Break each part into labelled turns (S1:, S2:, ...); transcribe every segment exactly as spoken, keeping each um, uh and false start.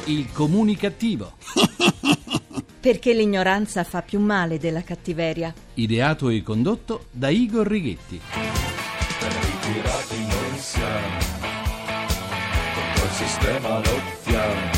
S1: Il comunicativo.
S2: Perché l'ignoranza fa più male della cattiveria.
S1: Ideato e condotto da Igor Righetti.
S3: Ritirati non siamo, contro il sistema lottiamo,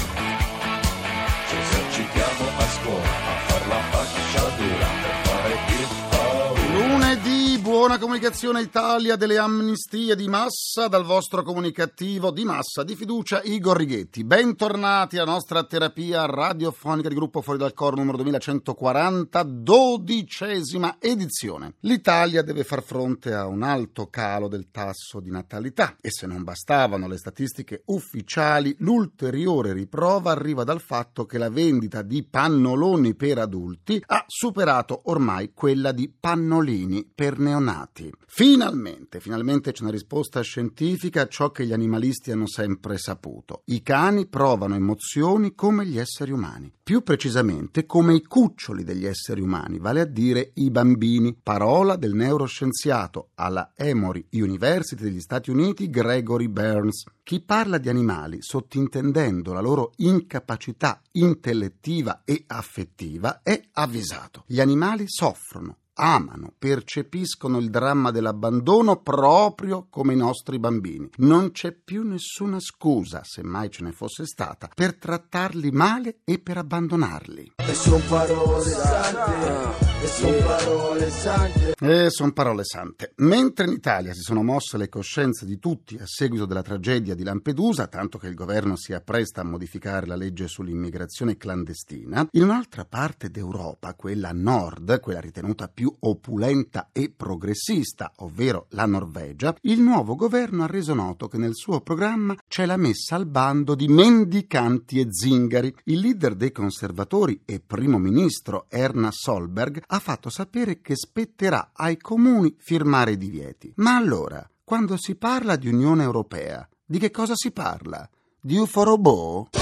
S3: ci esercitiamo a scuola a far la faccia dura per fare il paura.
S4: Lunedì, buona comunicazione Italia delle amnistie di massa dal vostro comunicativo di massa di fiducia Igor Righetti. Bentornati alla nostra terapia radiofonica di Gruppo Fuori dal Coro numero duemilacentoquaranta, dodicesima edizione. L'Italia deve far fronte a un alto calo del tasso di natalità e se non bastavano le statistiche ufficiali, l'ulteriore riprova arriva dal fatto che la vendita di pannoloni per adulti ha superato ormai quella di pannolini per neonati. Finalmente, finalmente c'è una risposta scientifica a ciò che gli animalisti hanno sempre saputo. I cani provano emozioni come gli esseri umani, più precisamente come i cuccioli degli esseri umani, vale a dire i bambini. Parola del neuroscienziato alla Emory University degli Stati Uniti Gregory Burns. Chi parla di animali sottintendendo la loro incapacità intellettiva e affettiva è avvisato. Gli animali soffrono, amano, percepiscono il dramma dell'abbandono proprio come i nostri bambini. Non c'è più nessuna scusa, se mai ce ne fosse stata, per trattarli male e per abbandonarli.
S5: E son parole sante, e son parole sante.
S4: E son parole sante. Mentre in Italia si sono mosse le coscienze di tutti a seguito della tragedia di Lampedusa, tanto che il governo si appresta a modificare la legge sull'immigrazione clandestina, in un'altra parte d'Europa, quella a nord, quella ritenuta più opulenta e progressista, ovvero la Norvegia, il nuovo governo ha reso noto che nel suo programma c'è la messa al bando di mendicanti e zingari. Il leader dei conservatori e primo ministro Erna Solberg ha fatto sapere che spetterà ai comuni firmare i divieti. Ma allora, quando si parla di Unione Europea, di che cosa si parla? Di uforobot?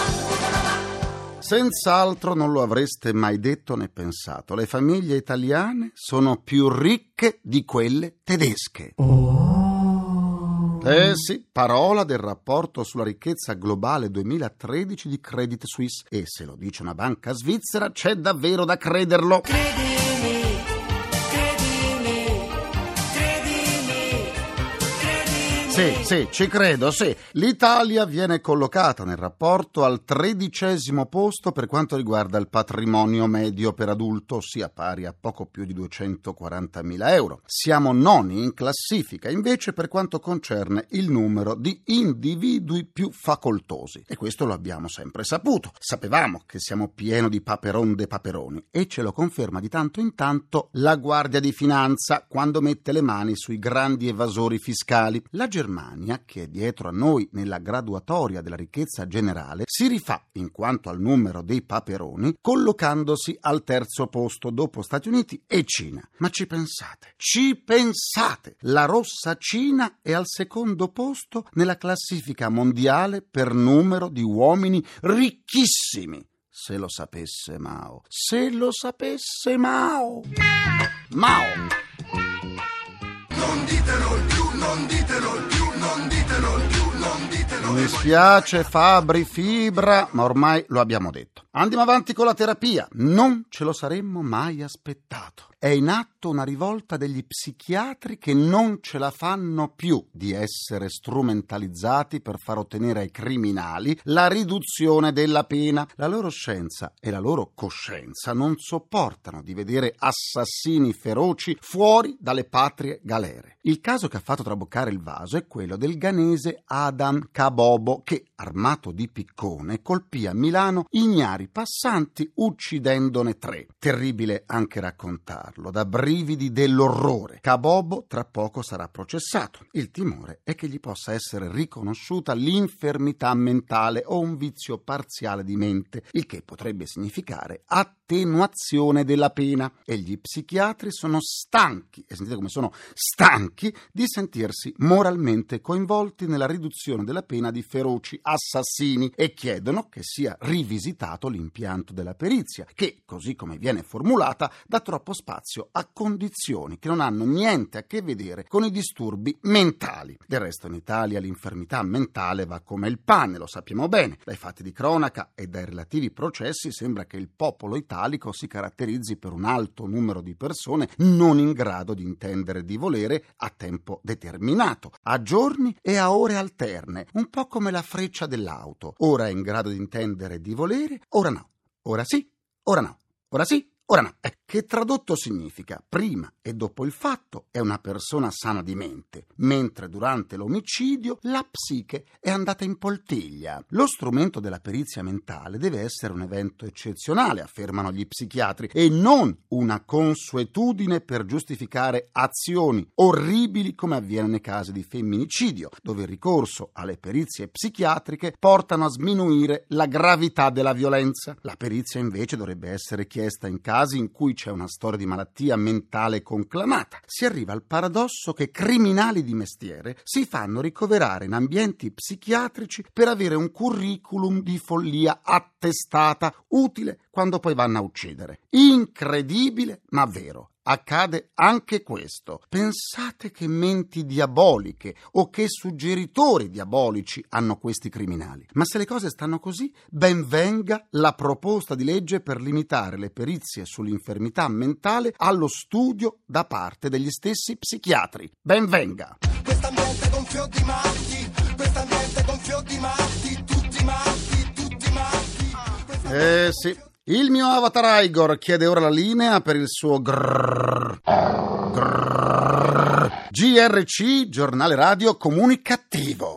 S4: Senz'altro non lo avreste mai detto né pensato. Le famiglie italiane sono più ricche di quelle tedesche. Oh. Eh sì, parola del rapporto sulla ricchezza globale duemilatredici di Credit Suisse. E se lo dice una banca svizzera c'è davvero da crederlo.
S5: Credimi, credimi, credimi, credimi.
S4: Sì, sì, ci credo, sì. L'Italia viene collocata nel rapporto al tredicesimo posto per quanto riguarda il patrimonio medio per adulto, ossia pari a poco più di duecentoquarantamila euro. Siamo noni in classifica, invece, per quanto concerne il numero di individui più facoltosi. E questo lo abbiamo sempre saputo. Sapevamo che siamo pieni di paperon de paperoni e ce lo conferma di tanto in tanto la Guardia di Finanza quando mette le mani sui grandi evasori fiscali. La Germania, che è dietro a noi nella graduatoria della ricchezza generale, si rifà in quanto al numero dei paperoni, collocandosi al terzo posto dopo Stati Uniti e Cina. Ma ci pensate, ci pensate! La rossa Cina è al secondo posto nella classifica mondiale per numero di uomini ricchissimi. Se lo sapesse Mao, se lo sapesse Mao. Mao!
S5: Non ditelo più, non ditelo più, non ditelo più, non ditelo.
S4: Mi spiace Fabri Fibra, ma ormai lo abbiamo detto. Andiamo avanti con la terapia. Non ce lo saremmo mai aspettato. È in atto una rivolta degli psichiatri che non ce la fanno più di essere strumentalizzati per far ottenere ai criminali la riduzione della pena. La loro scienza e la loro coscienza non sopportano di vedere assassini feroci fuori dalle patrie galere. Il caso che ha fatto traboccare il vaso è quello del ghanese Adam Kabobo che, armato di piccone, colpì a Milano ignari passanti uccidendone tre. Terribile anche raccontarlo, da brividi dell'orrore. Kabobo tra poco sarà processato. Il timore è che gli possa essere riconosciuta l'infermità mentale o un vizio parziale di mente, il che potrebbe significare attenuazione della pena. E gli psichiatri sono stanchi, e sentite come sono stanchi, di sentirsi moralmente coinvolti nella riduzione della pena di feroci assassini e chiedono che sia rivisitato l'impianto della perizia, che, così come viene formulata, dà troppo spazio spazio a condizioni che non hanno niente a che vedere con i disturbi mentali. Del resto in Italia l'infermità mentale va come il pane, lo sappiamo bene. Dai fatti di cronaca e dai relativi processi sembra che il popolo italico si caratterizzi per un alto numero di persone non in grado di intendere e di volere a tempo determinato, a giorni e a ore alterne, un po' come la freccia dell'auto. Ora è in grado di intendere e di volere, ora no. Ora sì, ora no. Ora sì, ora no. Eh, che tradotto significa prima e dopo il fatto è una persona sana di mente, mentre durante l'omicidio la psiche è andata in poltiglia. Lo strumento della perizia mentale deve essere un evento eccezionale, affermano gli psichiatri, e non una consuetudine per giustificare azioni orribili come avviene nei casi di femminicidio, dove il ricorso alle perizie psichiatriche portano a sminuire la gravità della violenza. La perizia invece dovrebbe essere chiesta in casi in cui c'è una storia di malattia mentale conclamata. Si arriva al paradosso che criminali di mestiere si fanno ricoverare in ambienti psichiatrici per avere un curriculum di follia attestata, utile quando poi vanno a uccidere. Incredibile, ma vero. Accade anche questo. Pensate che menti diaboliche o che suggeritori diabolici hanno questi criminali. Ma se le cose stanno così, ben venga la proposta di legge per limitare le perizie sull'infermità mentale allo studio da parte degli stessi psichiatri. Ben venga.
S5: Quest'ambiente gonfio di matti, quest'ambiente gonfio di matti, tutti matti, tutti matti.
S4: Eh sì. Il mio avatar Igor chiede ora la linea per il suo grrrr, grrrr, G R C, giornale radio comunicativo.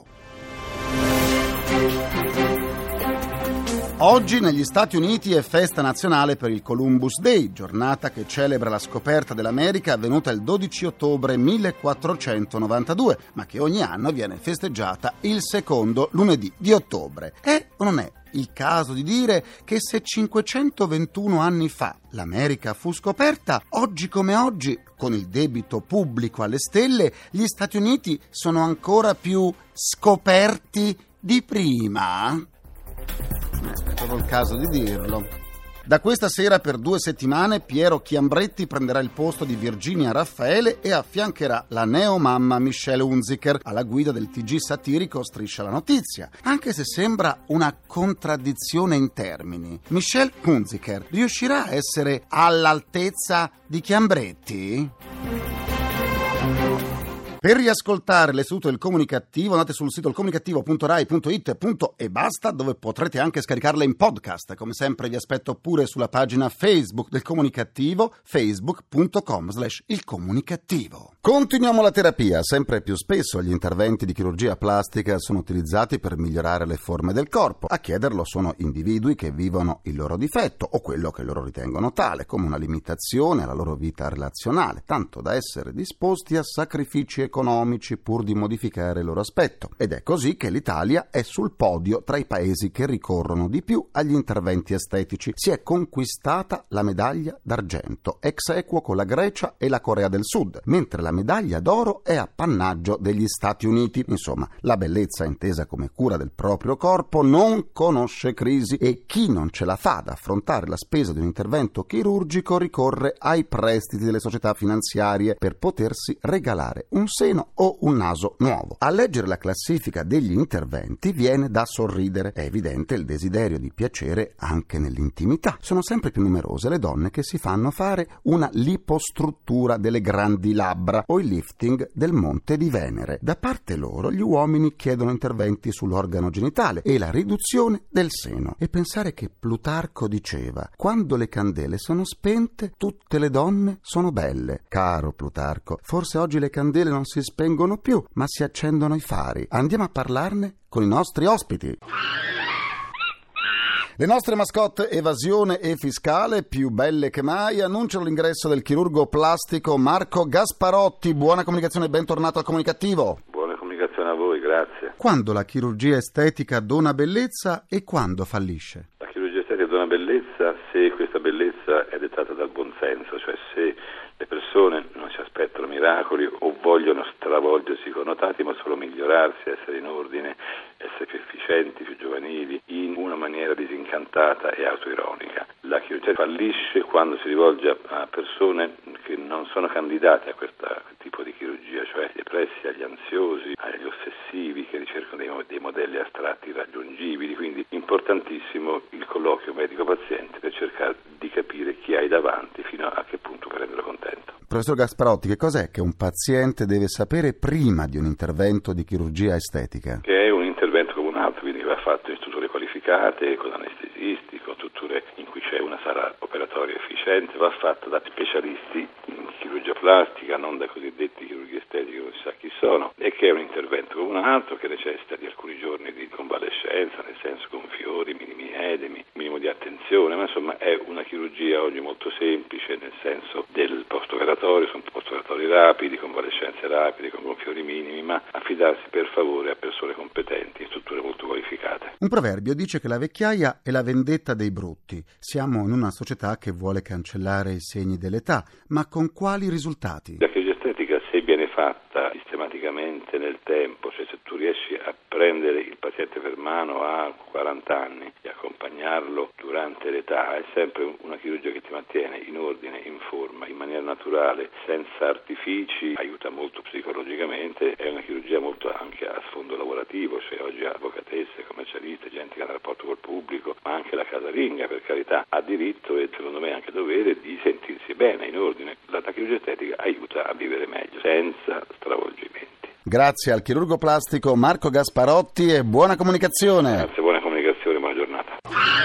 S4: Oggi negli Stati Uniti è festa nazionale per il Columbus Day, giornata che celebra la scoperta dell'America avvenuta il dodici ottobre millequattrocentonovantadue, ma che ogni anno viene festeggiata il secondo lunedì di ottobre. È o non è il caso di dire che se cinquecentoventuno anni fa l'America fu scoperta, oggi come oggi, con il debito pubblico alle stelle, gli Stati Uniti sono ancora più scoperti di prima? È proprio il caso di dirlo. Da questa sera per due settimane Piero Chiambretti prenderà il posto di Virginia Raffaele e affiancherà la neomamma Michelle Hunziker alla guida del T G satirico Striscia la Notizia. Anche se sembra una contraddizione in termini, Michelle Hunziker riuscirà a essere all'altezza di Chiambretti? Per riascoltare le sedute del Comunicativo andate sul sito ilcomunicativo punto rai punto it punto e basta, dove potrete anche scaricarle in podcast. Come sempre vi aspetto pure sulla pagina Facebook del Comunicativo, facebook punto com slash il comunicativo. Continuiamo la terapia. Sempre più spesso gli interventi di chirurgia plastica sono utilizzati per migliorare le forme del corpo. A chiederlo sono individui che vivono il loro difetto o quello che loro ritengono tale, come una limitazione alla loro vita relazionale, tanto da essere disposti a sacrifici economici pur di modificare il loro aspetto. Ed è così che l'Italia è sul podio tra i paesi che ricorrono di più agli interventi estetici. Si è conquistata la medaglia d'argento, ex equo con la Grecia e la Corea del Sud, mentre la medaglia d'oro è appannaggio degli Stati Uniti. Insomma, la bellezza intesa come cura del proprio corpo non conosce crisi e chi non ce la fa ad affrontare la spesa di un intervento chirurgico ricorre ai prestiti delle società finanziarie per potersi regalare un seno o un naso nuovo. A leggere la classifica degli interventi viene da sorridere. È evidente il desiderio di piacere anche nell'intimità. Sono sempre più numerose le donne che si fanno fare una lipostruttura delle grandi labbra o il lifting del monte di Venere. Da parte loro gli uomini chiedono interventi sull'organo genitale e la riduzione del seno. E pensare che Plutarco diceva: quando le candele sono spente tutte le donne sono belle. Caro Plutarco, forse oggi le candele non si spengono più, ma si accendono i fari. Andiamo a parlarne con i nostri ospiti. Le nostre mascotte evasione e fiscale, più belle che mai, annunciano l'ingresso del chirurgo plastico Marco Gasparotti. Buona comunicazione e bentornato al Comunicativo.
S6: Buona comunicazione a voi, grazie.
S4: Quando la chirurgia estetica dona bellezza e quando fallisce?
S6: La chirurgia estetica dona bellezza se questa bellezza è dettata dal buonsenso, cioè se le persone non si aspettano miracoli o vogliono stravolgersi i connotati, ma solo migliorarsi, essere in ordine, essere più efficienti, più giovanili, in una maniera disincantata e autoironica. La chirurgia fallisce quando si rivolge a persone non sono candidati a questo tipo di chirurgia, cioè agli depressi, agli ansiosi, agli ossessivi che ricercano dei, dei modelli astratti raggiungibili, quindi importantissimo il colloquio medico-paziente per cercare di capire chi hai davanti fino a che punto per renderlo contento.
S4: Professor Gasparotti, che cos'è che un paziente deve sapere prima di un intervento di chirurgia estetica?
S6: Che è un intervento come un altro, quindi va fatto in strutture qualificate, con anestesisti, con strutture in cui c'è una sala operatoria efficiente, va fatto da specialisti in chirurgia plastica, non da cosiddetti chirurghi estetici, non si sa chi sono, e che è un intervento come un altro che necessita di alcuni giorni di convalescenza, nel senso con fiori, minimi edemi, minimo di attenzione, ma insomma è una chirurgia oggi molto semplice, nel senso del post-operatorio, sono post-operatori rapidi, convalescenze rapide, con gonfiori minimi, ma affidarsi per favore a persone competenti in strutture molto qualificate.
S4: Un proverbio dice che la vecchiaia è la vendetta dei brutti. Siamo in una società che vuole cancellare i segni dell'età, ma con quali risultati?
S6: La chirurgia estetica, se viene fatta sistematicamente nel tempo, cioè se tu riesci a prendere il paziente per mano a quaranta anni e accompagnarlo durante l'età, è sempre una chirurgia che ti mantiene in ordine, in forma, in maniera naturale, senza artifici, aiuta molto psicologicamente, è una chirurgia molto anche a sfondo lavorativo, cioè oggi avvocatesse, commercialiste, gente che ha un rapporto col pubblico, ma anche la casalinga, per carità, ha diritto e secondo me anche dovere di sentirsi bene, in ordine. La, la chirurgia estetica aiuta a vivere meglio, senza stravolgimenti.
S4: Grazie al chirurgo plastico Marco Gasparotti e buona comunicazione.
S6: Grazie, buona comunicazione, buona giornata.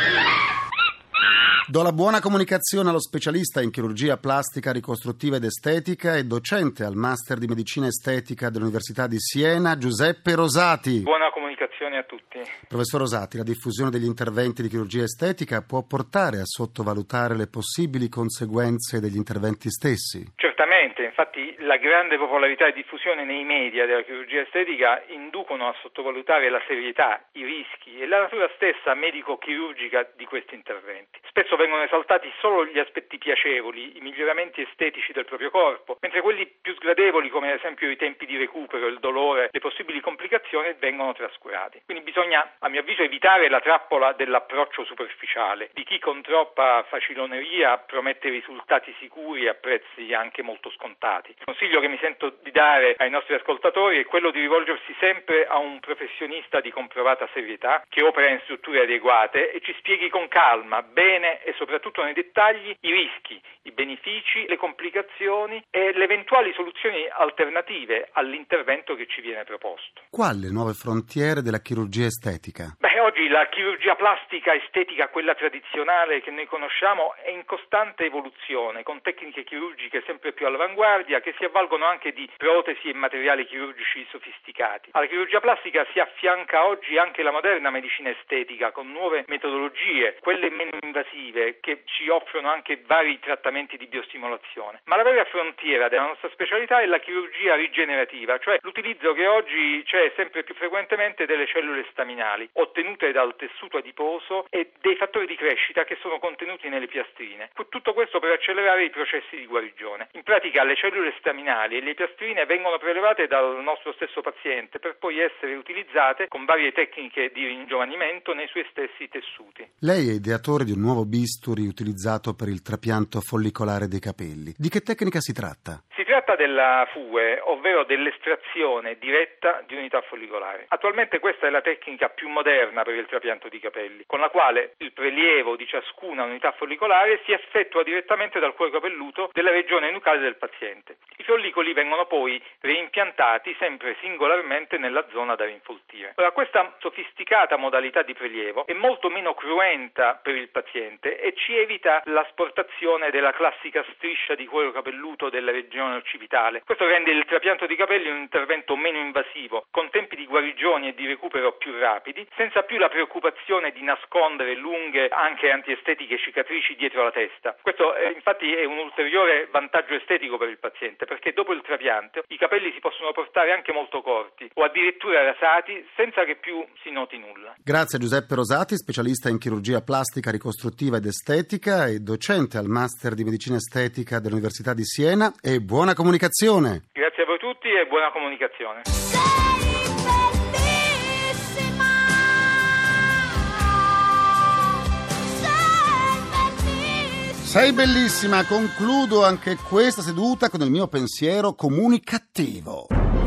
S4: Do la buona comunicazione allo specialista in chirurgia plastica ricostruttiva ed estetica e docente al Master di Medicina Estetica dell'Università di Siena, Giuseppe Rosati.
S7: Buona comunicazione a tutti.
S4: Professor Rosati, la diffusione degli interventi di chirurgia estetica può portare a sottovalutare le possibili conseguenze degli interventi stessi?
S7: Certamente, infatti la grande popolarità e diffusione nei media della chirurgia estetica inducono a sottovalutare la serietà, i rischi e la natura stessa medico-chirurgica di questi interventi. Spesso vengono esaltati solo gli aspetti piacevoli, i miglioramenti estetici del proprio corpo, mentre quelli più sgradevoli, come ad esempio i tempi di recupero, il dolore, le possibili complicazioni, vengono trascurati. Quindi bisogna, a mio avviso, evitare la trappola dell'approccio superficiale, di chi con troppa faciloneria promette risultati sicuri a prezzi anche molto scontati. Il consiglio che mi sento di dare ai nostri ascoltatori è quello di rivolgersi sempre a un professionista di comprovata serietà, che opera in strutture adeguate e ci spieghi con calma, bene e soprattutto nei dettagli i rischi, i benefici, le complicazioni e le eventuali soluzioni alternative all'intervento che ci viene proposto.
S4: Quali le nuove frontiere della chirurgia estetica?
S7: Beh, oggi la chirurgia plastica estetica, quella tradizionale che noi conosciamo, è in costante evoluzione, con tecniche chirurgiche sempre più all'avanguardia che si avvalgono anche di protesi e materiali chirurgici sofisticati. Alla chirurgia plastica si affianca oggi anche la moderna medicina estetica con nuove metodologie, quelle meno invasive, che ci offrono anche vari trattamenti di biostimolazione. Ma la vera frontiera della nostra specialità è la chirurgia rigenerativa, cioè l'utilizzo che oggi c'è sempre più frequentemente delle cellule staminali, ottenute dal tessuto adiposo e dei fattori di crescita che sono contenuti nelle piastrine. Tutto questo per accelerare i processi di guarigione. In pratica le cellule staminali e le piastrine vengono prelevate dal nostro stesso paziente per poi essere utilizzate con varie tecniche di ringiovanimento nei suoi stessi tessuti.
S4: Lei è ideatore di un nuovo bisturi utilizzato per il trapianto follicolare dei capelli. Di che tecnica si tratta?
S7: Si tratta della F U E, ovvero dell'estrazione diretta di unità follicolare. Attualmente questa è la tecnica più moderna per il trapianto di capelli, con la quale il prelievo di ciascuna unità follicolare si effettua direttamente dal cuoio capelluto della regione nucleare del paziente. I follicoli vengono poi reimpiantati sempre singolarmente nella zona da rinfoltire. Ora, questa sofisticata modalità di prelievo è molto meno cruenta per il paziente e ci evita l'asportazione della classica striscia di cuoio capelluto della regione occipitale. Questo rende il trapianto di capelli un intervento meno invasivo, con tempi di guarigione e di recupero più rapidi, senza più la preoccupazione di nascondere lunghe, anche antiestetiche cicatrici dietro la testa. Questo eh, infatti è un ulteriore vantaggio estetico per il paziente, perché dopo il trapianto i capelli si possono portare anche molto corti o addirittura rasati senza che più si noti nulla.
S4: Grazie a Giuseppe Rosati, specialista in chirurgia plastica ricostruttiva ed estetica e docente al Master di Medicina Estetica dell'Università di Siena, e buona comunicazione.
S7: Grazie a voi tutti e buona comunicazione.
S4: Sei bellissima, concludo anche questa seduta con il mio pensiero comunicativo.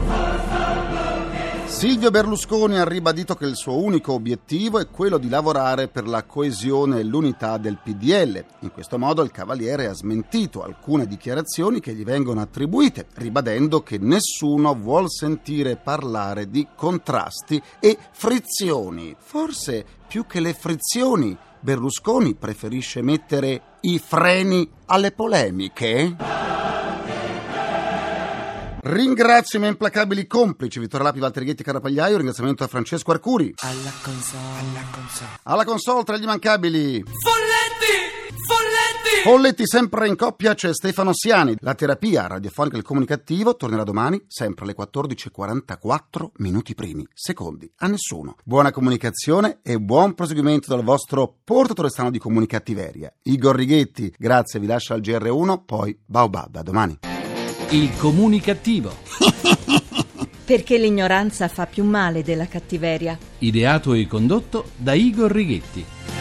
S4: Silvio Berlusconi ha ribadito che il suo unico obiettivo è quello di lavorare per la coesione e l'unità del P D L. In questo modo il Cavaliere ha smentito alcune dichiarazioni che gli vengono attribuite, ribadendo che nessuno vuol sentire parlare di contrasti e frizioni. Forse più che le frizioni, Berlusconi preferisce mettere i freni alle polemiche? Ringrazio i miei implacabili complici Vittorio Lapi, Walter Righetti, Carapagliaio. Ringraziamento a Francesco Arcuri
S5: Alla console, alla console.
S4: alla console. Tra gli immancabili
S5: Folletti! Folletti!
S4: Folletti, sempre in coppia c'è Stefano Siani. La terapia radiofonica del comunicativo tornerà domani sempre alle quattordici e quarantaquattro minuti primi, secondi a nessuno. Buona comunicazione e buon proseguimento dal vostro portatore strano di comunicattiveria, Igor Righetti. Grazie, vi lascio al G R uno, poi baobab, a domani.
S1: Il comunicativo.
S2: Perché l'ignoranza fa più male della cattiveria.
S1: Ideato e condotto da Igor Righetti.